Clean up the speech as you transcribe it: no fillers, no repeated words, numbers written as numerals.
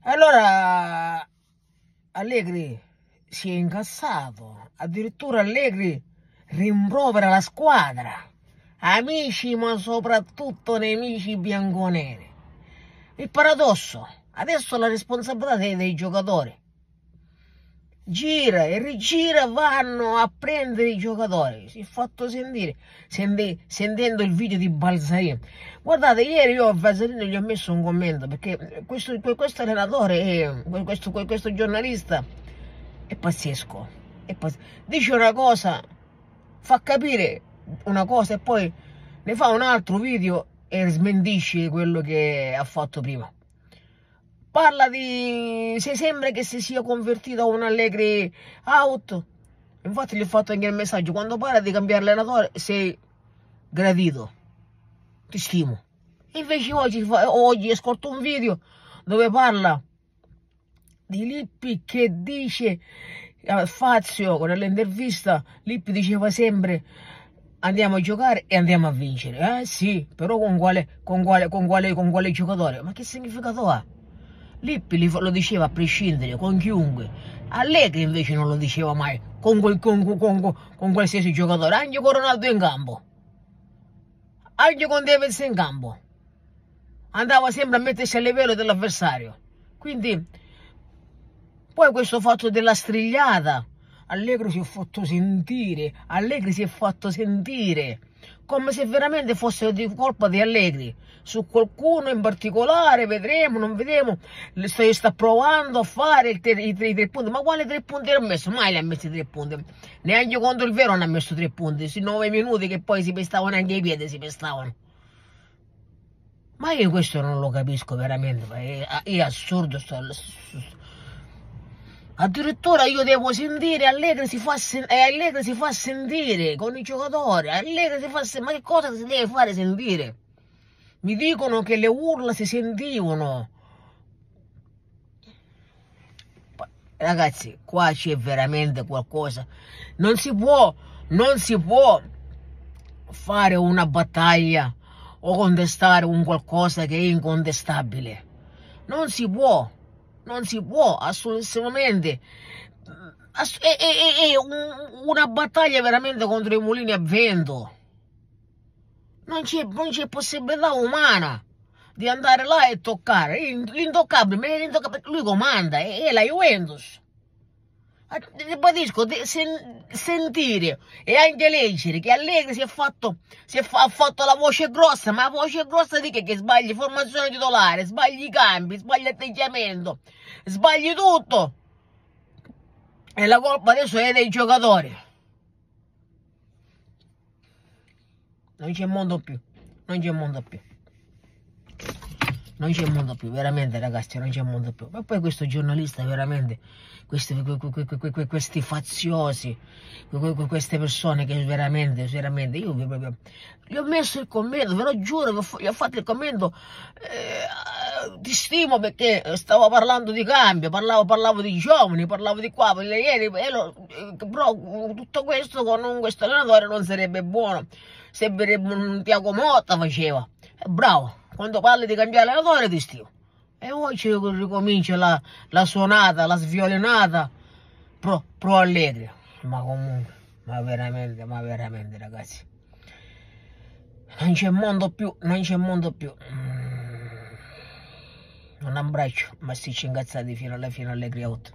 Allora Allegri si è incazzato, addirittura Allegri rimprovera la squadra, amici ma soprattutto nemici bianconeri. Il paradosso, adesso la responsabilità è dei giocatori. Gira e rigira, vanno a prendere i giocatori. Si è fatto sentire, sentendo il video di Balzarin. Guardate, ieri io a Balzarin gli ho messo un commento, perché questo allenatore, questo giornalista è pazzesco. Dice una cosa, fa capire una cosa e poi ne fa un altro video e smentisce quello che ha fatto prima. Parla di se sembra che si sia convertito a un Allegri out. Infatti gli ho fatto anche il messaggio: quando parla di cambiare allenatore sei gradito, ti stimo. E invece oggi ascolto un video dove parla di Lippi che dice a Fazio, con l'intervista, Lippi diceva sempre andiamo a giocare e andiamo a vincere. Sì, però con quale giocatore? Ma che significato ha? Lippi lo diceva a prescindere, con chiunque. Allegri invece non lo diceva mai, con qualsiasi giocatore, anche con Ronaldo in campo, anche con Davies in campo. Andava sempre a mettersi a livello dell'avversario. Quindi, poi questo fatto della strigliata, Allegri si è fatto sentire, come se veramente fosse di colpa di Allegri. Su qualcuno in particolare, vedremo, non vedremo, sta provando a fare i 3 punti. Ma quale 3 punti ha messo? Mai li ha messi 3 punti. Neanche contro il Vero non ha messo 3 punti. Su 9 minuti che poi si pestavano anche i piedi, si pestavano. Ma io questo non lo capisco veramente, è assurdo. Addirittura io devo sentire Allegri si fa sentire con i giocatori. Ma che cosa si deve fare sentire? Mi dicono che le urla si sentivano. Ragazzi, qua c'è veramente qualcosa. Non si può fare una battaglia o contestare un qualcosa che è incontestabile. Non si può assolutamente. È una battaglia veramente contro i mulini a vento. Non c'è possibilità umana di andare là e toccare. L'intoccabile, lui comanda, è la Juventus. Ribadisco, sentire e anche leggere che Allegri ha fatto la voce grossa, ma la voce grossa di che sbagli formazione titolare, sbagli i cambi, sbagli atteggiamento, sbagli tutto. E la colpa adesso è dei giocatori. Non c'è mondo più, veramente ragazzi, non c'è mondo più. Ma poi questo giornalista veramente, questi faziosi, queste persone che veramente, io gli ho messo il commento, ve lo giuro, gli ho fatto il commento, ti stimo perché stavo parlando di cambio, parlavo di giovani, parlavo di qua, ieri, però tutto questo con questo allenatore non sarebbe buono. Servirebbe un Thiago Motta faceva. Bravo, quando parli di cambiare allenatore ti stimo. E oggi ricomincia la suonata, la sviolinata pro Allegri. Ma comunque, ma veramente ragazzi. Non c'è mondo più. Un abbraccio, ma si ci incazzati fino alla fine Allegri out.